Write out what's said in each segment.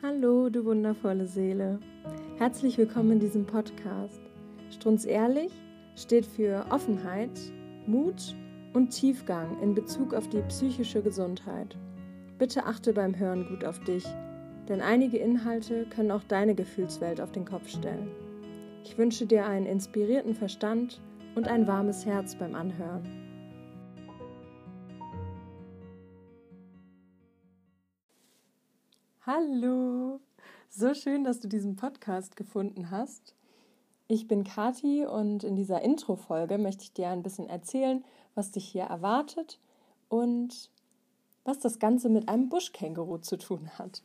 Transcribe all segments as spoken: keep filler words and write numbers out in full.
Hallo, du wundervolle Seele. Herzlich willkommen in diesem Podcast. Strunzehrlich steht für Offenheit, Mut und Tiefgang in Bezug auf die psychische Gesundheit. Bitte achte beim Hören gut auf dich, denn einige Inhalte können auch deine Gefühlswelt auf den Kopf stellen. Ich wünsche dir einen inspirierten Verstand und ein warmes Herz beim Anhören. Hallo, so schön, dass du diesen Podcast gefunden hast. Ich bin Kathi und in dieser Intro-Folge möchte ich dir ein bisschen erzählen, was dich hier erwartet und was das Ganze mit einem Buschkänguru zu tun hat.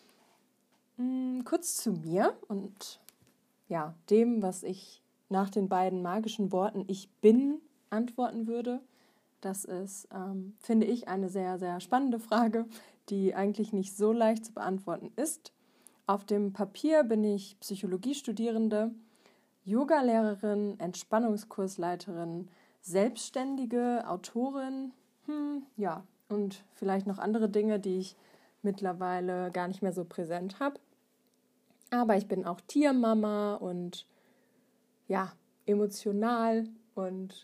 Hm, kurz zu mir und ja, dem, was ich nach den beiden magischen Worten Ich bin antworten würde. Das ist, ähm, finde ich, eine sehr, sehr spannende Frage, die eigentlich nicht so leicht zu beantworten ist. Auf dem Papier bin ich Psychologiestudierende, Yogalehrerin, Entspannungskursleiterin, selbstständige Autorin, hm, ja, und vielleicht noch andere Dinge, die ich mittlerweile gar nicht mehr so präsent habe. Aber ich bin auch Tiermama und ja, emotional und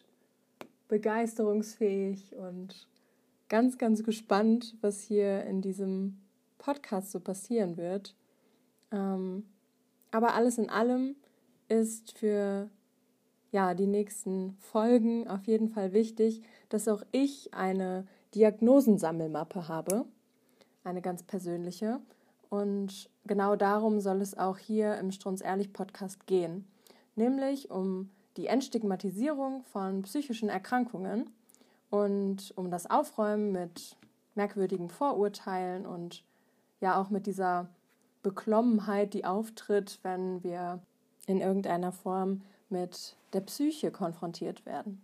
begeisterungsfähig und ganz, ganz gespannt, was hier in diesem Podcast so passieren wird. Ähm, aber alles in allem ist für ja, die nächsten Folgen auf jeden Fall wichtig, dass auch ich eine Diagnosensammelmappe habe, eine ganz persönliche. Und genau darum soll es auch hier im Strunzehrlich-Podcast gehen, nämlich um die Entstigmatisierung von psychischen Erkrankungen und um das Aufräumen mit merkwürdigen Vorurteilen und ja auch mit dieser Beklommenheit, die auftritt, wenn wir in irgendeiner Form mit der Psyche konfrontiert werden.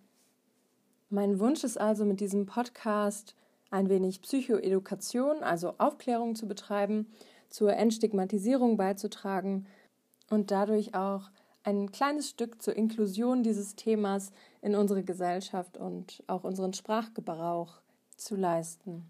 Mein Wunsch ist also, mit diesem Podcast ein wenig Psychoedukation, also Aufklärung zu betreiben, zur Entstigmatisierung beizutragen und dadurch auch ein kleines Stück zur Inklusion dieses Themas in unsere Gesellschaft und auch unseren Sprachgebrauch zu leisten.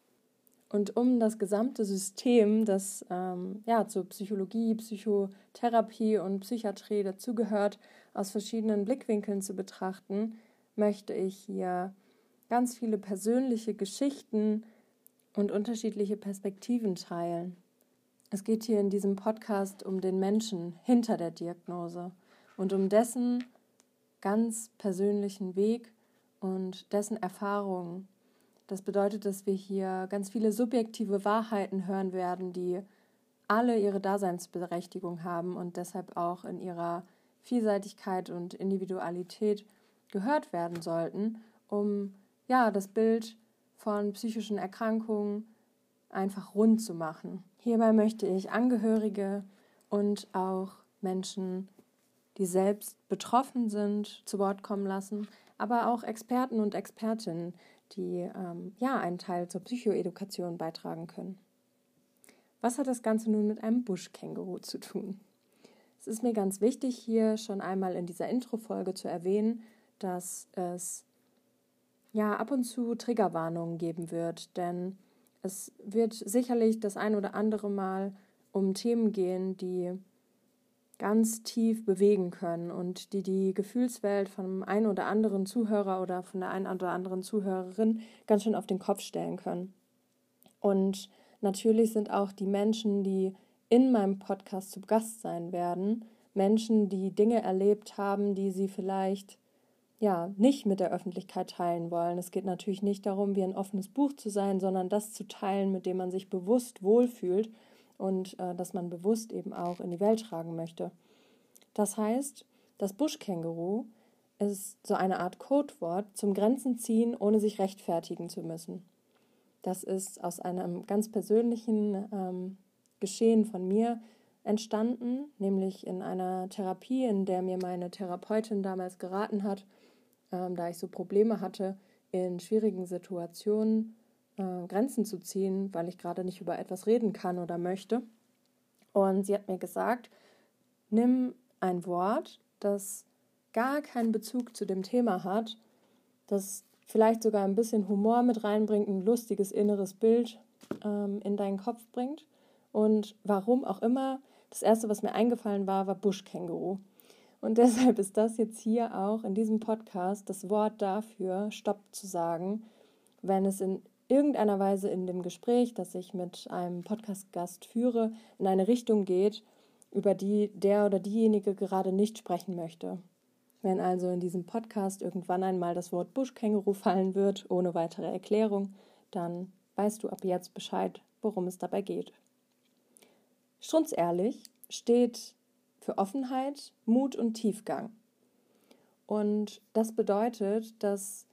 Und um das gesamte System, das ähm, ja, zur Psychologie, Psychotherapie und Psychiatrie dazugehört, aus verschiedenen Blickwinkeln zu betrachten, möchte ich hier ganz viele persönliche Geschichten und unterschiedliche Perspektiven teilen. Es geht hier in diesem Podcast um den Menschen hinter der Diagnose und um dessen ganz persönlichen Weg und dessen Erfahrungen. Das bedeutet, dass wir hier ganz viele subjektive Wahrheiten hören werden, die alle ihre Daseinsberechtigung haben und deshalb auch in ihrer Vielseitigkeit und Individualität gehört werden sollten, um ja, das Bild von psychischen Erkrankungen einfach rund zu machen. Hierbei möchte ich Angehörige und auch Menschen, die selbst betroffen sind, zu Wort kommen lassen, aber auch Experten und Expertinnen, die ähm, ja einen Teil zur Psychoedukation beitragen können. Was hat das Ganze nun mit einem Buschkänguru zu tun? Es ist mir ganz wichtig, hier schon einmal in dieser Intro-Folge zu erwähnen, dass es ja ab und zu Triggerwarnungen geben wird, denn es wird sicherlich das ein oder andere Mal um Themen gehen, die ganz tief bewegen können und die die Gefühlswelt von dem einen oder anderen Zuhörer oder von der einen oder anderen Zuhörerin ganz schön auf den Kopf stellen können. Und natürlich sind auch die Menschen, die in meinem Podcast zu Gast sein werden, Menschen, die Dinge erlebt haben, die sie vielleicht ja, nicht mit der Öffentlichkeit teilen wollen. Es geht natürlich nicht darum, wie ein offenes Buch zu sein, sondern das zu teilen, mit dem man sich bewusst wohlfühlt und äh, das man bewusst eben auch in die Welt tragen möchte. Das heißt, das Buschkänguru ist so eine Art Codewort zum Grenzen ziehen, ohne sich rechtfertigen zu müssen. Das ist aus einem ganz persönlichen ähm, Geschehen von mir entstanden, nämlich in einer Therapie, in der mir meine Therapeutin damals geraten hat, ähm, da ich so Probleme hatte, in schwierigen Situationen äh, Grenzen zu ziehen, weil ich gerade nicht über etwas reden kann oder möchte. Und sie hat mir gesagt, nimm ein Wort, das gar keinen Bezug zu dem Thema hat, das vielleicht sogar ein bisschen Humor mit reinbringt, ein lustiges inneres Bild ähm, in deinen Kopf bringt Und warum auch immer, das Erste, was mir eingefallen war, war Buschkänguru. Und deshalb ist das jetzt hier auch in diesem Podcast das Wort dafür, Stopp zu sagen, wenn es in irgendeiner Weise in dem Gespräch, das ich mit einem Podcast-Gast führe, in eine Richtung geht, über die der oder diejenige gerade nicht sprechen möchte. Wenn also in diesem Podcast irgendwann einmal das Wort Buschkänguru fallen wird, ohne weitere Erklärung, dann weißt du ab jetzt Bescheid, worum es dabei geht. Strunzehrlich steht für Offenheit, Mut und Tiefgang. Und das bedeutet, dass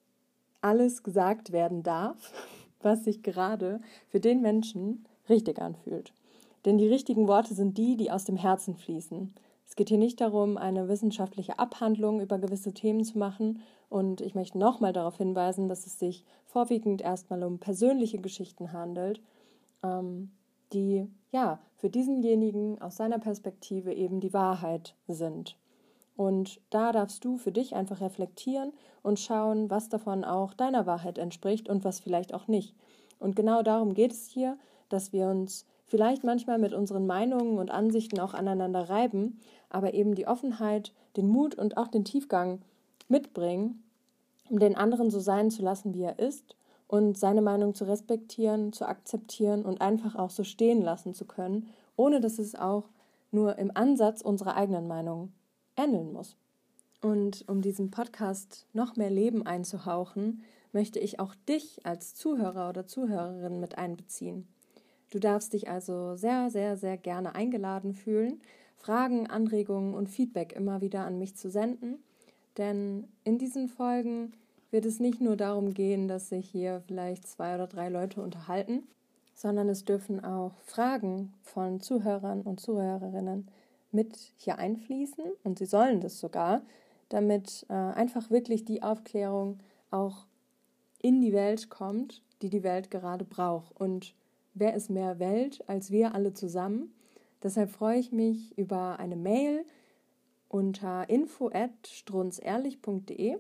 alles gesagt werden darf, was sich gerade für den Menschen richtig anfühlt. Denn die richtigen Worte sind die, die aus dem Herzen fließen. Es geht hier nicht darum, eine wissenschaftliche Abhandlung über gewisse Themen zu machen. Und ich möchte nochmal darauf hinweisen, dass es sich vorwiegend erstmal um persönliche Geschichten handelt, ähm, die ja für diesenjenigen aus seiner Perspektive eben die Wahrheit sind. Und da darfst du für dich einfach reflektieren und schauen, was davon auch deiner Wahrheit entspricht und was vielleicht auch nicht. Und genau darum geht es hier, dass wir uns vielleicht manchmal mit unseren Meinungen und Ansichten auch aneinander reiben, aber eben die Offenheit, den Mut und auch den Tiefgang mitbringen, um den anderen so sein zu lassen, wie er ist und seine Meinung zu respektieren, zu akzeptieren und einfach auch so stehen lassen zu können, ohne dass es auch nur im Ansatz unserer eigenen Meinung ähneln muss. Und um diesem Podcast noch mehr Leben einzuhauchen, möchte ich auch dich als Zuhörer oder Zuhörerin mit einbeziehen. Du darfst dich also sehr, sehr, sehr gerne eingeladen fühlen, Fragen, Anregungen und Feedback immer wieder an mich zu senden, denn in diesen Folgen wird es nicht nur darum gehen, dass sich hier vielleicht zwei oder drei Leute unterhalten, sondern es dürfen auch Fragen von Zuhörern und Zuhörerinnen mit hier einfließen und sie sollen das sogar, damit äh, einfach wirklich die Aufklärung auch in die Welt kommt, die die Welt gerade braucht. Und wer ist mehr Welt als wir alle zusammen? Deshalb freue ich mich über eine Mail unter info at strunzehrlich punkt de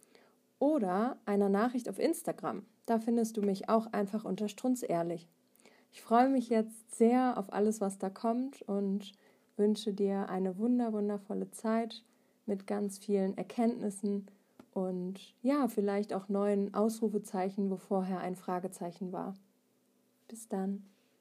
oder einer Nachricht auf Instagram. Da findest du mich auch einfach unter strunzehrlich. Ich freue mich jetzt sehr auf alles, was da kommt und wünsche dir eine wunder, wundervolle Zeit mit ganz vielen Erkenntnissen und ja, vielleicht auch neuen Ausrufezeichen, wo vorher ein Fragezeichen war. Bis dann.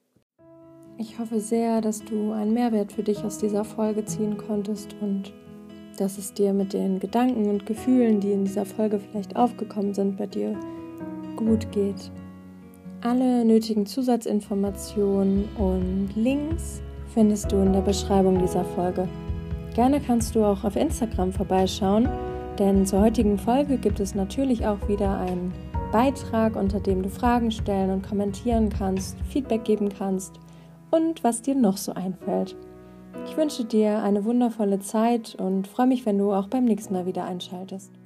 Ich hoffe sehr, dass du einen Mehrwert für dich aus dieser Folge ziehen konntest und dass es dir mit den Gedanken und Gefühlen, die in dieser Folge vielleicht aufgekommen sind, bei dir gut geht. Alle nötigen Zusatzinformationen und Links findest du in der Beschreibung dieser Folge. Gerne kannst du auch auf Instagram vorbeischauen, denn zur heutigen Folge gibt es natürlich auch wieder einen Beitrag, unter dem du Fragen stellen und kommentieren kannst, Feedback geben kannst und was dir noch so einfällt. Ich wünsche dir eine wundervolle Zeit und freue mich, wenn du auch beim nächsten Mal wieder einschaltest.